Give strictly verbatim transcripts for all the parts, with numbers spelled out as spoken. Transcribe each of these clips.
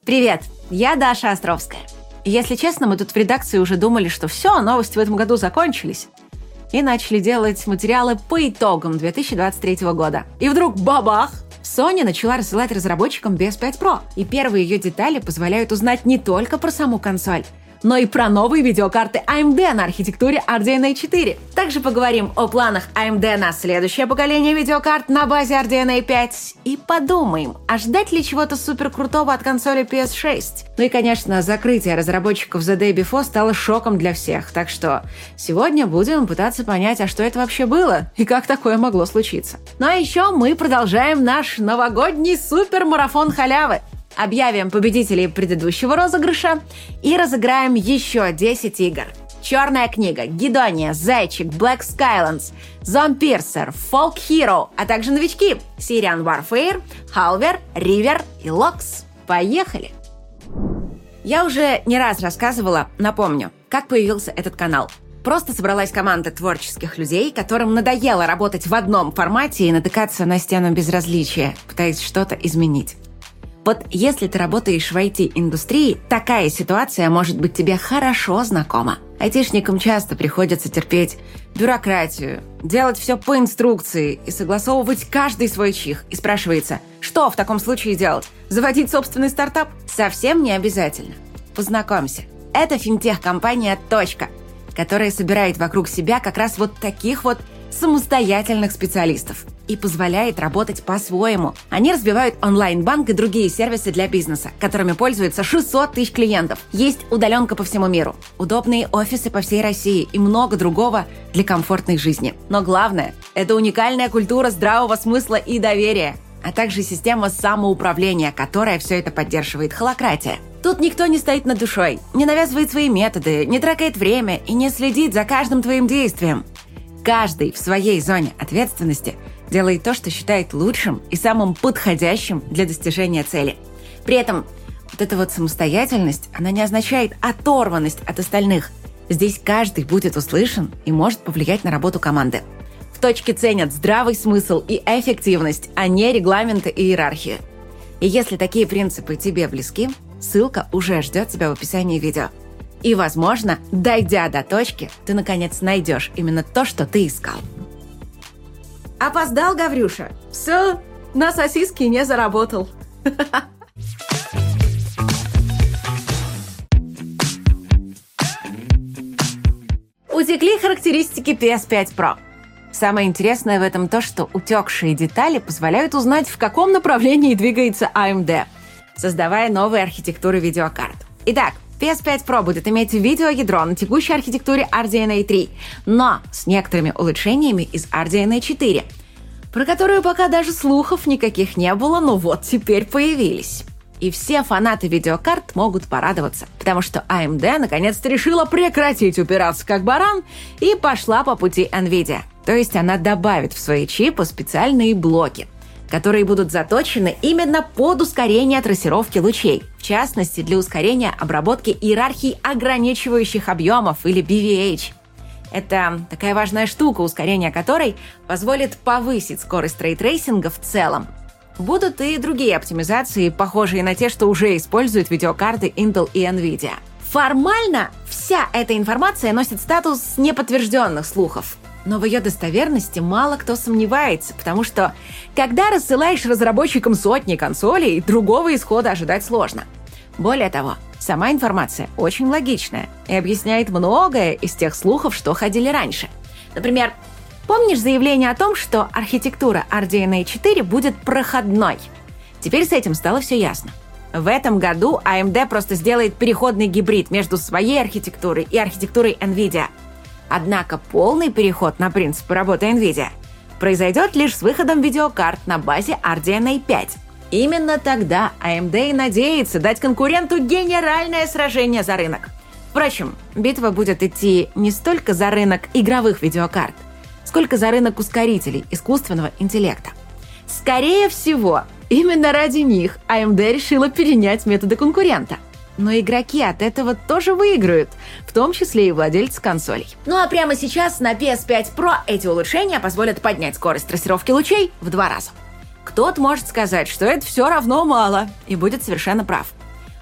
Привет, я Даша Островская. Если честно, мы тут в редакции уже думали, что все, новости в этом году закончились. И начали делать материалы по итогам две тысячи двадцать третьего года. И вдруг бабах! Sony начала рассылать разработчикам пи эс пять про. И первые ее детали позволяют узнать не только про саму консоль, но и про новые видеокарты эй эм ди на архитектуре ар ди эн эй четыре. Также поговорим о планах эй эм ди на следующее поколение видеокарт на базе ар ди эн эй пять. И подумаем, а ждать ли чего-то суперкрутого от консоли пи эс шесть? Ну и, конечно, закрытие разработчиков The Day Before стало шоком для всех. Так что сегодня будем пытаться понять, а что это вообще было и как такое могло случиться. Ну а еще мы продолжаем наш новогодний супермарафон халявы. Объявим победителей предыдущего розыгрыша и разыграем еще десять игр. Черная книга, Гидония, Зайчик, Black Skylands, Zomepiercer, Folk Hero, а также новички Syrian Warfare, Halver, River и Lox. Поехали! Я уже не раз рассказывала, напомню, как появился этот канал. Просто собралась команда творческих людей, которым надоело работать в одном формате и натыкаться на стену безразличия, пытаясь что-то изменить. Вот если ты работаешь в ай ти-индустрии, такая ситуация может быть тебе хорошо знакома. Айтишникам часто приходится терпеть бюрократию, делать все по инструкции и согласовывать каждый свой чих. И спрашивается, что в таком случае делать? Заводить собственный стартап? Совсем не обязательно. Познакомься. Это финтех-компания «Точка», которая собирает вокруг себя как раз вот таких вот самостоятельных специалистов и позволяет работать по-своему. Они разбивают онлайн-банк и другие сервисы для бизнеса, которыми пользуются шестьсот тысяч клиентов. Есть удаленка по всему миру, удобные офисы по всей России и много другого для комфортной жизни. Но главное – это уникальная культура здравого смысла и доверия, а также система самоуправления, которая все это поддерживает, холакратия. Тут никто не стоит над душой, не навязывает свои методы, не трекает время и не следит за каждым твоим действием. Каждый в своей зоне ответственности делает то, что считает лучшим и самым подходящим для достижения цели. При этом вот эта вот самостоятельность, она не означает оторванность от остальных. Здесь каждый будет услышан и может повлиять на работу команды. В точке ценят здравый смысл и эффективность, а не регламенты и иерархию. И если такие принципы тебе близки, ссылка уже ждет тебя в описании видео. И, возможно, дойдя до точки, ты, наконец, найдешь именно то, что ты искал. Опоздал, Гаврюша? Все, на сосиски не заработал. Утекли характеристики пи эс пять про. Самое интересное в этом то, что утекшие детали позволяют узнать, в каком направлении двигается эй эм ди, создавая новые архитектуры видеокарт. Итак, пи эс пять про будет иметь видеоядро на текущей архитектуре ар ди эн эй три, но с некоторыми улучшениями из ар ди эн эй четыре, про которую пока даже слухов никаких не было, но вот теперь появились. И все фанаты видеокарт могут порадоваться, потому что эй эм ди наконец-то решила прекратить упираться как баран и пошла по пути NVIDIA. То есть она добавит в свои чипы специальные блоки, которые будут заточены именно под ускорение трассировки лучей, в частности, для ускорения обработки иерархий ограничивающих объемов или би ви эйч. Это такая важная штука, ускорение которой позволит повысить скорость рейтрейсинга в целом. Будут и другие оптимизации, похожие на те, что уже используют видеокарты Intel и NVIDIA. Формально вся эта информация носит статус неподтвержденных слухов. Но в ее достоверности мало кто сомневается, потому что, когда рассылаешь разработчикам сотни консолей, другого исхода ожидать сложно. Более того, сама информация очень логичная и объясняет многое из тех слухов, что ходили раньше. Например, помнишь заявление о том, что архитектура ар ди эн эй четыре будет проходной? Теперь с этим стало все ясно. В этом году эй эм ди просто сделает переходный гибрид между своей архитектурой и архитектурой NVIDIA. Однако полный переход на принципы работы NVIDIA произойдет лишь с выходом видеокарт на базе ар ди эн эй пять. Именно тогда эй эм ди надеется дать конкуренту генеральное сражение за рынок. Впрочем, битва будет идти не столько за рынок игровых видеокарт, сколько за рынок ускорителей искусственного интеллекта. Скорее всего, именно ради них эй эм ди решила перенять методы конкурента. Но игроки от этого тоже выиграют, в том числе и владельцы консолей. Ну а прямо сейчас на пи эс пять про эти улучшения позволят поднять скорость трассировки лучей в два раза. Кто-то может сказать, что это все равно мало, и будет совершенно прав.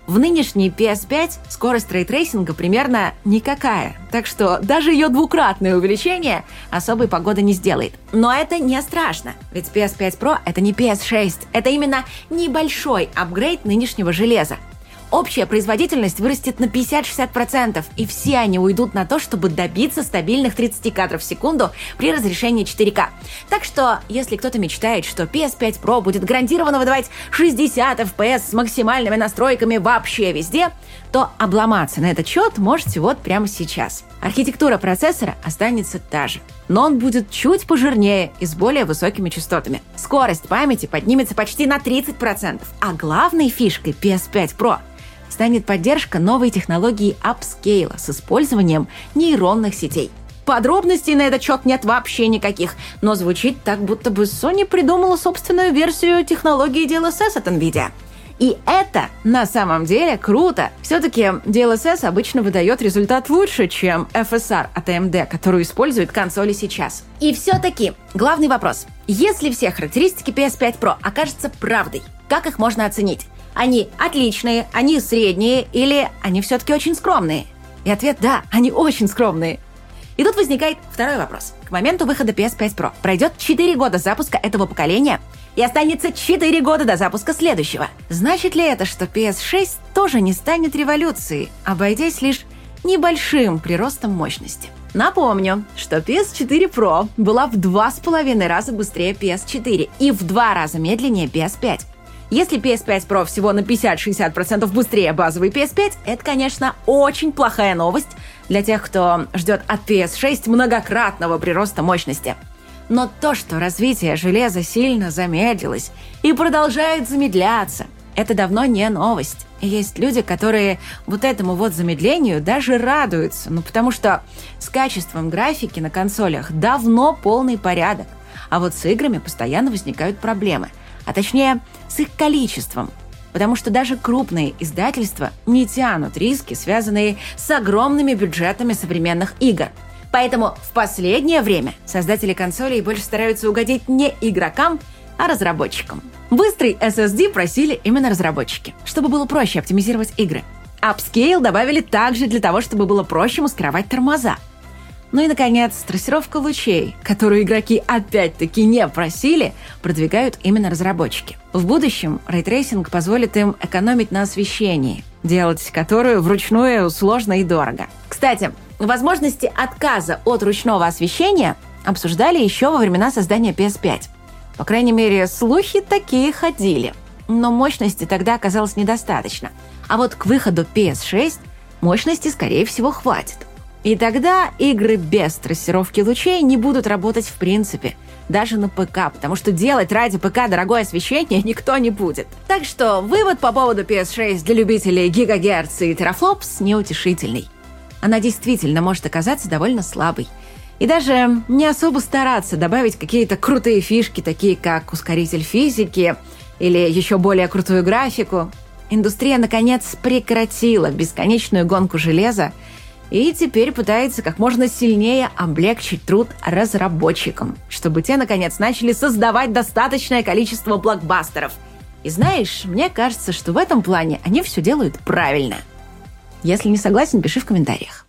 В нынешней пи эс пять скорость рейтрейсинга примерно никакая, так что даже ее двукратное увеличение особой погоды не сделает. Но это не страшно, ведь пи эс пять Pro — это не пи эс шесть, это именно небольшой апгрейд нынешнего железа. Общая производительность вырастет на пятьдесят-шестьдесят процентов, и все они уйдут на то, чтобы добиться стабильных тридцати кадров в секунду при разрешении четыре ка. Так что, если кто-то мечтает, что пи эс пять Pro будет гарантированно выдавать шестьдесят эф пи эс с максимальными настройками вообще везде, то обломаться на этот счет можете вот прямо сейчас. Архитектура процессора останется та же, но он будет чуть пожирнее и с более высокими частотами. Скорость памяти поднимется почти на тридцать процентов, а главной фишкой пи эс пять Pro станет поддержка новой технологии апскейла с использованием нейронных сетей. Подробностей на этот счет нет вообще никаких, но звучит так, будто бы Sony придумала собственную версию технологии ди эл эс эс от NVIDIA. И это на самом деле круто. Все-таки ди эл эс эс обычно выдает результат лучше, чем эф эс ар от эй эм ди, которую используют консоли сейчас. И все-таки главный вопрос. Если все характеристики пи эс пять Pro окажутся правдой, как их можно оценить? Они отличные, они средние или они все-таки очень скромные? И ответ – да, они очень скромные. И тут возникает второй вопрос. К моменту выхода пи эс пять Pro пройдет четыре года запуска этого поколения и останется четыре года до запуска следующего. Значит ли это, что пи эс шесть тоже не станет революцией, обойдясь лишь небольшим приростом мощности? Напомню, что пи эс четыре Pro была в два с половиной раза быстрее пи эс четыре и в два раза медленнее пи эс пять. Если пи эс пять Pro всего на пятьдесят-шестьдесят процентов быстрее базовой пи эс пять, это, конечно, очень плохая новость для тех, кто ждет от пи эс шесть многократного прироста мощности. Но то, что развитие железа сильно замедлилось и продолжает замедляться, это давно не новость. И есть люди, которые вот этому вот замедлению даже радуются, ну потому что с качеством графики на консолях давно полный порядок, а вот с играми постоянно возникают проблемы. А точнее, с их количеством. Потому что даже крупные издательства не тянут риски, связанные с огромными бюджетами современных игр. Поэтому в последнее время создатели консолей больше стараются угодить не игрокам, а разработчикам. Быстрый эс эс ди просили именно разработчики, чтобы было проще оптимизировать игры. Upscale добавили также для того, чтобы было проще маскировать тормоза. Ну и, наконец, трассировка лучей, которую игроки опять-таки не просили, продвигают именно разработчики. В будущем рейтрейсинг позволит им экономить на освещении, делать которую вручную сложно и дорого. Кстати, возможности отказа от ручного освещения обсуждали еще во времена создания пи эс пять. По крайней мере, слухи такие ходили. Но мощности тогда оказалось недостаточно. А вот к выходу пи эс шесть мощности, скорее всего, хватит. И тогда игры без трассировки лучей не будут работать в принципе, даже на ПК, потому что делать ради ПК дорогое освещение никто не будет. Так что вывод по поводу пи эс шесть для любителей гигагерц и терафлопс неутешительный. Она действительно может оказаться довольно слабой. И даже не особо стараться добавить какие-то крутые фишки, такие как ускоритель физики или еще более крутую графику. Индустрия, наконец, прекратила бесконечную гонку железа и теперь пытается как можно сильнее облегчить труд разработчикам, чтобы те, наконец, начали создавать достаточное количество блокбастеров. И знаешь, мне кажется, что в этом плане они все делают правильно. Если не согласен, пиши в комментариях.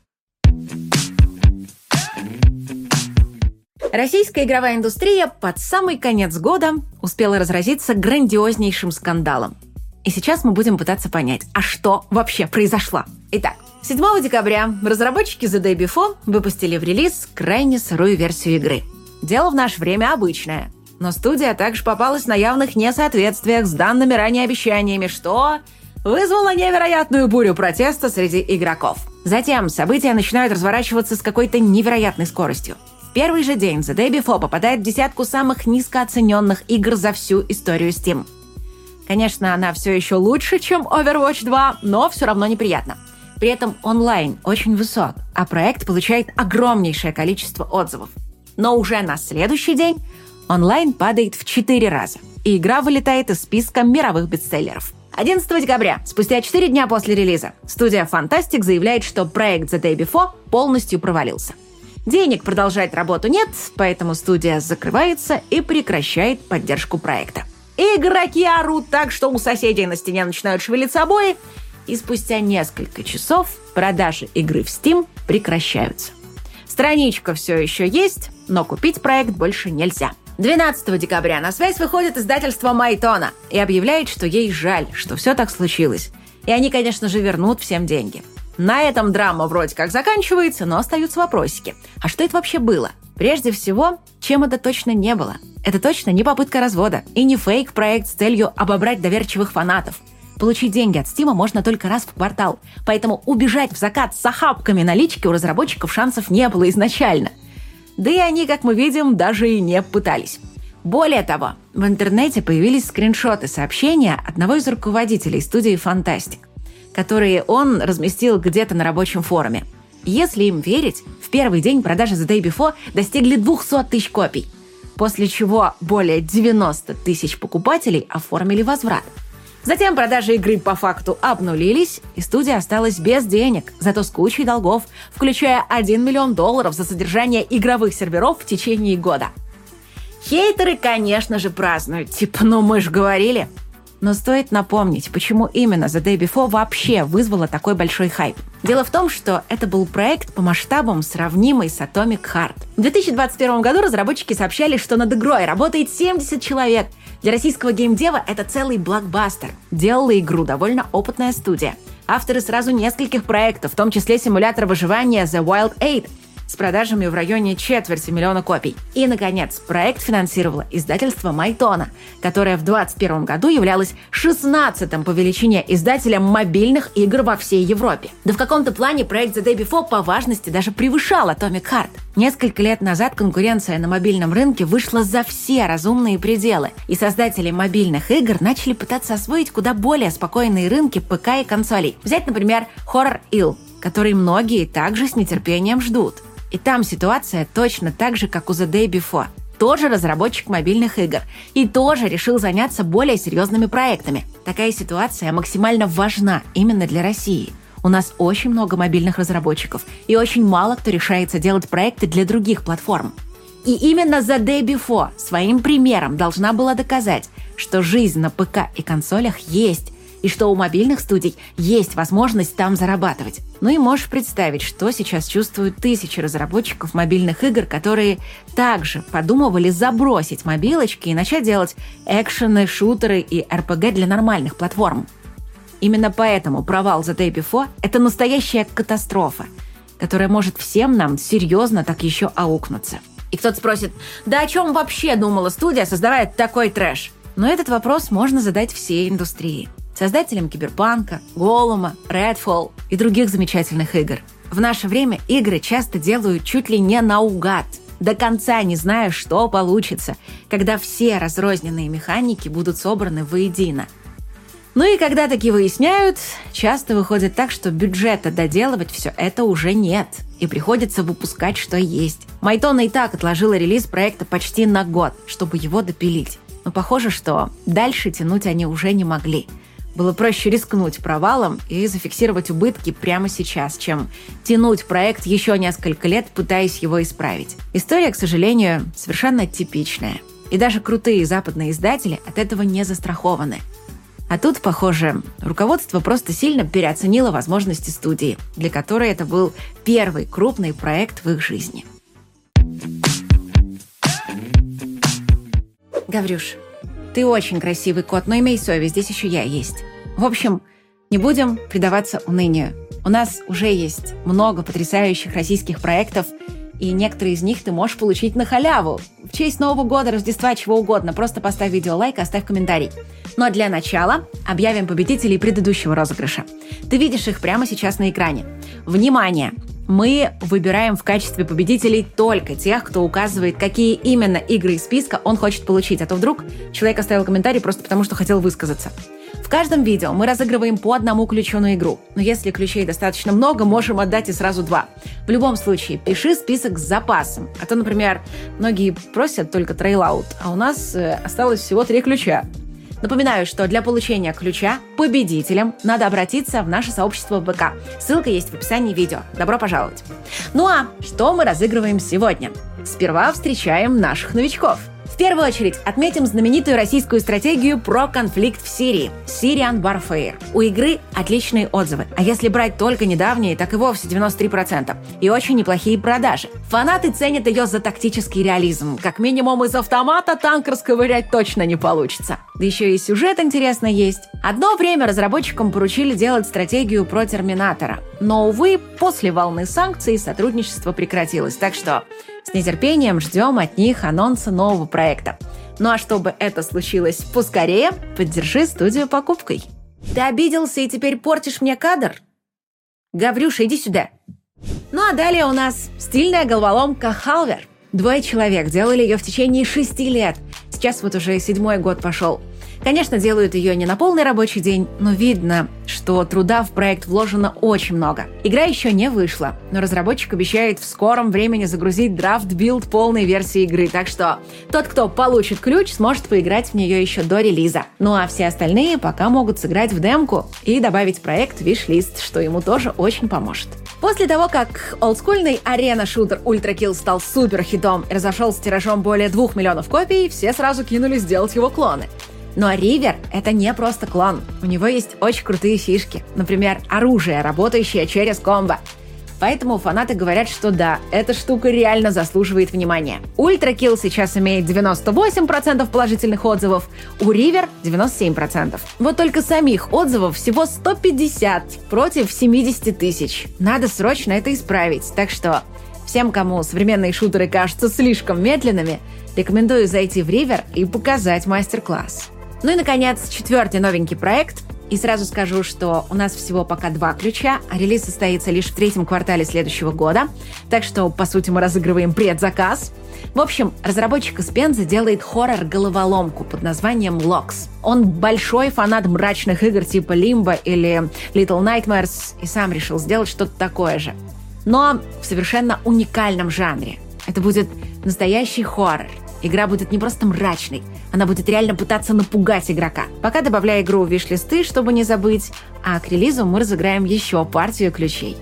Российская игровая индустрия под самый конец года успела разразиться грандиознейшим скандалом. И сейчас мы будем пытаться понять, а что вообще произошло. Итак, седьмого декабря разработчики The Day Before выпустили в релиз крайне сырую версию игры. Дело в наше время обычное, но студия также попалась на явных несоответствиях с данными ранее обещаниями, что вызвало невероятную бурю протеста среди игроков. Затем события начинают разворачиваться с какой-то невероятной скоростью. В первый же день The Day Before попадает в десятку самых низкооцененных игр за всю историю Steam. Конечно, она все еще лучше, чем Overwatch два, но все равно неприятно. При этом онлайн очень высок, а проект получает огромнейшее количество отзывов. Но уже на следующий день онлайн падает в четыре раза, и игра вылетает из списка мировых бестселлеров. одиннадцатого декабря, спустя четыре дня после релиза, студия Fantastic заявляет, что проект The Day Before полностью провалился. Денег продолжать работу нет, поэтому студия закрывается и прекращает поддержку проекта. Игроки орут так, что у соседей на стене начинают шевелиться обои, и спустя несколько часов продажи игры в Steam прекращаются. Страничка все еще есть, но купить проект больше нельзя. двенадцатого декабря на связь выходит издательство Майтона и объявляет, что ей жаль, что все так случилось. И они, конечно же, вернут всем деньги. На этом драма вроде как заканчивается, но остаются вопросики. А что это вообще было? Прежде всего, чем это точно не было? Это точно не попытка развода и не фейк-проект с целью обобрать доверчивых фанатов. Получить деньги от Стима можно только раз в квартал, поэтому убежать в закат с охапками налички у разработчиков шансов не было изначально. Да и они, как мы видим, даже и не пытались. Более того, в интернете появились скриншоты сообщения одного из руководителей студии Fantastic, которые он разместил где-то на рабочем форуме. Если им верить, в первый день продажи The Day Before достигли двести тысяч копий, после чего более девяносто тысяч покупателей оформили возврат. Затем продажи игры по факту обнулились, и студия осталась без денег, зато с кучей долгов, включая один миллион долларов за содержание игровых серверов в течение года. Хейтеры, конечно же, празднуют, типа, ну мы же говорили. Но стоит напомнить, почему именно The Day Before вообще вызвала такой большой хайп. Дело в том, что это был проект по масштабам, сравнимый с Atomic Heart. В две тысячи двадцать первом году разработчики сообщали, что над игрой работает семьдесят человек. Для российского геймдева это целый блокбастер. Делала игру довольно опытная студия. Авторы сразу нескольких проектов, в том числе симулятора выживания The Wild Eight, с продажами в районе четверти миллиона копий. И, наконец, проект финансировало издательство Майтона, которое в двадцать первом году являлось шестнадцатым по величине издателем мобильных игр во всей Европе. Да в каком-то плане проект The Day Before по важности даже превышал Atomic Heart. Несколько лет назад конкуренция на мобильном рынке вышла за все разумные пределы, и создатели мобильных игр начали пытаться освоить куда более спокойные рынки ПК и консолей. Взять, например, Horror Hill, который многие также с нетерпением ждут. И там ситуация точно так же, как у The Day Before. Тоже разработчик мобильных игр. И тоже решил заняться более серьезными проектами. Такая ситуация максимально важна именно для России. У нас очень много мобильных разработчиков, и очень мало кто решается делать проекты для других платформ. И именно The Day Before своим примером должна была доказать, что жизнь на ПК и консолях есть, и что у мобильных студий есть возможность там зарабатывать. Ну и можешь представить, что сейчас чувствуют тысячи разработчиков мобильных игр, которые также подумывали забросить мобилочки и начать делать экшены, шутеры и эр пи джи для нормальных платформ. Именно поэтому провал The Day Before – это настоящая катастрофа, которая может всем нам серьезно так еще аукнуться. И кто-то спросит, да о чем вообще думала студия, создавая такой трэш? Но этот вопрос можно задать всей индустрии. Создателям Киберпанка, Голума, Redfall и других замечательных игр. В наше время игры часто делают чуть ли не наугад, до конца не зная, что получится, когда все разрозненные механики будут собраны воедино. Ну и когда таки выясняют, часто выходит так, что бюджета доделывать все это уже нет, и приходится выпускать, что есть. Майтона и так отложила релиз проекта почти на год, чтобы его допилить. Но похоже, что дальше тянуть они уже не могли. Было проще рискнуть провалом и зафиксировать убытки прямо сейчас, чем тянуть проект еще несколько лет, пытаясь его исправить. История, к сожалению, совершенно типичная. И даже крутые западные издатели от этого не застрахованы. А тут, похоже, руководство просто сильно переоценило возможности студии, для которой это был первый крупный проект в их жизни. Гаврюш, ты очень красивый кот, но имей совесть, здесь еще я есть. В общем, не будем предаваться унынию. У нас уже есть много потрясающих российских проектов, и некоторые из них ты можешь получить на халяву. В честь Нового года, Рождества, чего угодно. Просто поставь видео лайк и оставь комментарий. Но для начала объявим победителей предыдущего розыгрыша. Ты видишь их прямо сейчас на экране. Внимание! Мы выбираем в качестве победителей только тех, кто указывает, какие именно игры из списка он хочет получить. А то вдруг человек оставил комментарий просто потому, что хотел высказаться. В каждом видео мы разыгрываем по одному ключу на игру. Но если ключей достаточно много, можем отдать и сразу два. В любом случае, пиши список с запасом. А то, например, многие просят только трейл-аут, а у нас э, осталось всего три ключа. Напоминаю, что для получения ключа победителям надо обратиться в наше сообщество в ВК. Ссылка есть в описании видео. Добро пожаловать! Ну а что мы разыгрываем сегодня? Сперва встречаем наших новичков. В первую очередь отметим знаменитую российскую стратегию про конфликт в Сирии – Syrian Warfare. У игры отличные отзывы, а если брать только недавние, так и вовсе девяносто три процента. И очень неплохие продажи. Фанаты ценят ее за тактический реализм. Как минимум из автомата танк расковырять точно не получится. Да еще и сюжет интересный есть. Одно время разработчикам поручили делать стратегию про Терминатора. Но, увы, после волны санкций сотрудничество прекратилось. Так что с нетерпением ждем от них анонса нового проекта. Ну а чтобы это случилось поскорее, поддержи студию покупкой. Ты обиделся и теперь портишь мне кадр? Гаврюша, иди сюда. Ну а далее у нас стильная головоломка Halver. Двое человек делали ее в течение шести лет. Сейчас вот уже седьмой год пошел. Конечно, делают ее не на полный рабочий день, но видно, что труда в проект вложено очень много. Игра еще не вышла, но разработчик обещает в скором времени загрузить драфт-билд полной версии игры, так что тот, кто получит ключ, сможет поиграть в нее еще до релиза. Ну а все остальные пока могут сыграть в демку и добавить проект в виш-лист, что ему тоже очень поможет. После того, как олдскульный арена-шутер Ultra Kill стал супер-хитом и разошелся тиражом более двух миллионов копий, все сразу кинулись делать его клоны. Ну а Ривер — это не просто клон. У него есть очень крутые фишки. Например, оружие, работающее через комбо. Поэтому фанаты говорят, что да, эта штука реально заслуживает внимания. Ultra Kill сейчас имеет девяносто восемь процентов положительных отзывов, у Ривер девяносто семь процентов. Вот только самих отзывов всего сто пятьдесят против семьдесят тысяч. Надо срочно это исправить. Так что всем, кому современные шутеры кажутся слишком медленными, рекомендую зайти в Ривер и показать мастер-класс. Ну и, наконец, четвертый новенький проект. И сразу скажу, что у нас всего пока два ключа, а релиз состоится лишь в третьем квартале следующего года. Так что, по сути, мы разыгрываем предзаказ. В общем, разработчик из Пензы делает хоррор-головоломку под названием Locks. Он большой фанат мрачных игр типа Limbo или Little Nightmares и сам решил сделать что-то такое же. Но в совершенно уникальном жанре. Это будет настоящий хоррор. Игра будет не просто мрачной, она будет реально пытаться напугать игрока. Пока добавляй игру в виш-листы, чтобы не забыть, а к релизу мы разыграем еще партию ключей.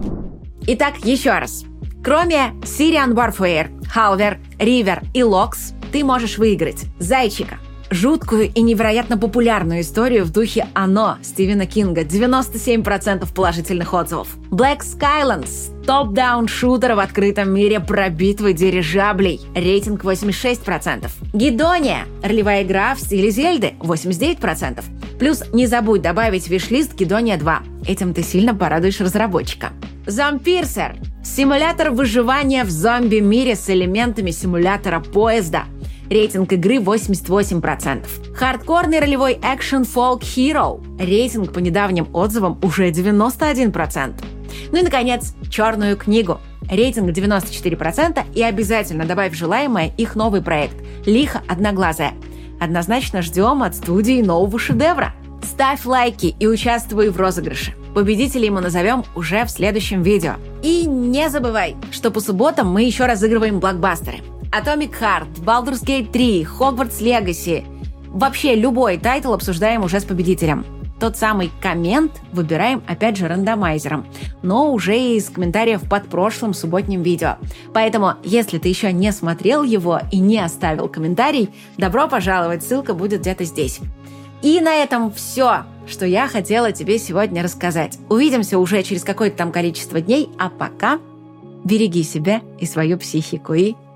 Итак, еще раз. Кроме Syrian Warfare, Halver, Ривер и Locks, ты можешь выиграть зайчика, жуткую и невероятно популярную историю в духе «Оно» Стивена Кинга, девяносто семь процентов положительных отзывов. Black Skylands, топ-даун шутер в открытом мире про битвы дирижаблей, рейтинг восемьдесят шесть процентов. Гидония, ролевая игра в стиле Зельды, восемьдесят девять процентов. Плюс не забудь добавить в виш-лист Гидония два, этим ты сильно порадуешь разработчика. Зомпирсер, симулятор выживания в зомби-мире с элементами симулятора поезда. Рейтинг игры восемьдесят восемь процентов. Хардкорный ролевой экшен Folk Hero. Рейтинг по недавним отзывам уже девяносто один процент. Ну и, наконец, «Черную книгу». Рейтинг девяносто четыре процента, и обязательно добавь желаемое их новый проект «Лихо одноглазая». Однозначно ждем от студии нового шедевра. Ставь лайки и участвуй в розыгрыше. Победителей мы назовем уже в следующем видео. И не забывай, что по субботам мы еще разыгрываем блокбастеры. Atomic Heart, Baldur's Gate три, Hogwarts Legacy. Вообще любой тайтл обсуждаем уже с победителем. Тот самый коммент выбираем опять же рандомайзером, но уже из комментариев под прошлым субботним видео. Поэтому, если ты еще не смотрел его и не оставил комментарий, добро пожаловать, ссылка будет где-то здесь. И на этом все, что я хотела тебе сегодня рассказать. Увидимся уже через какое-то там количество дней, а пока береги себя и свою психику и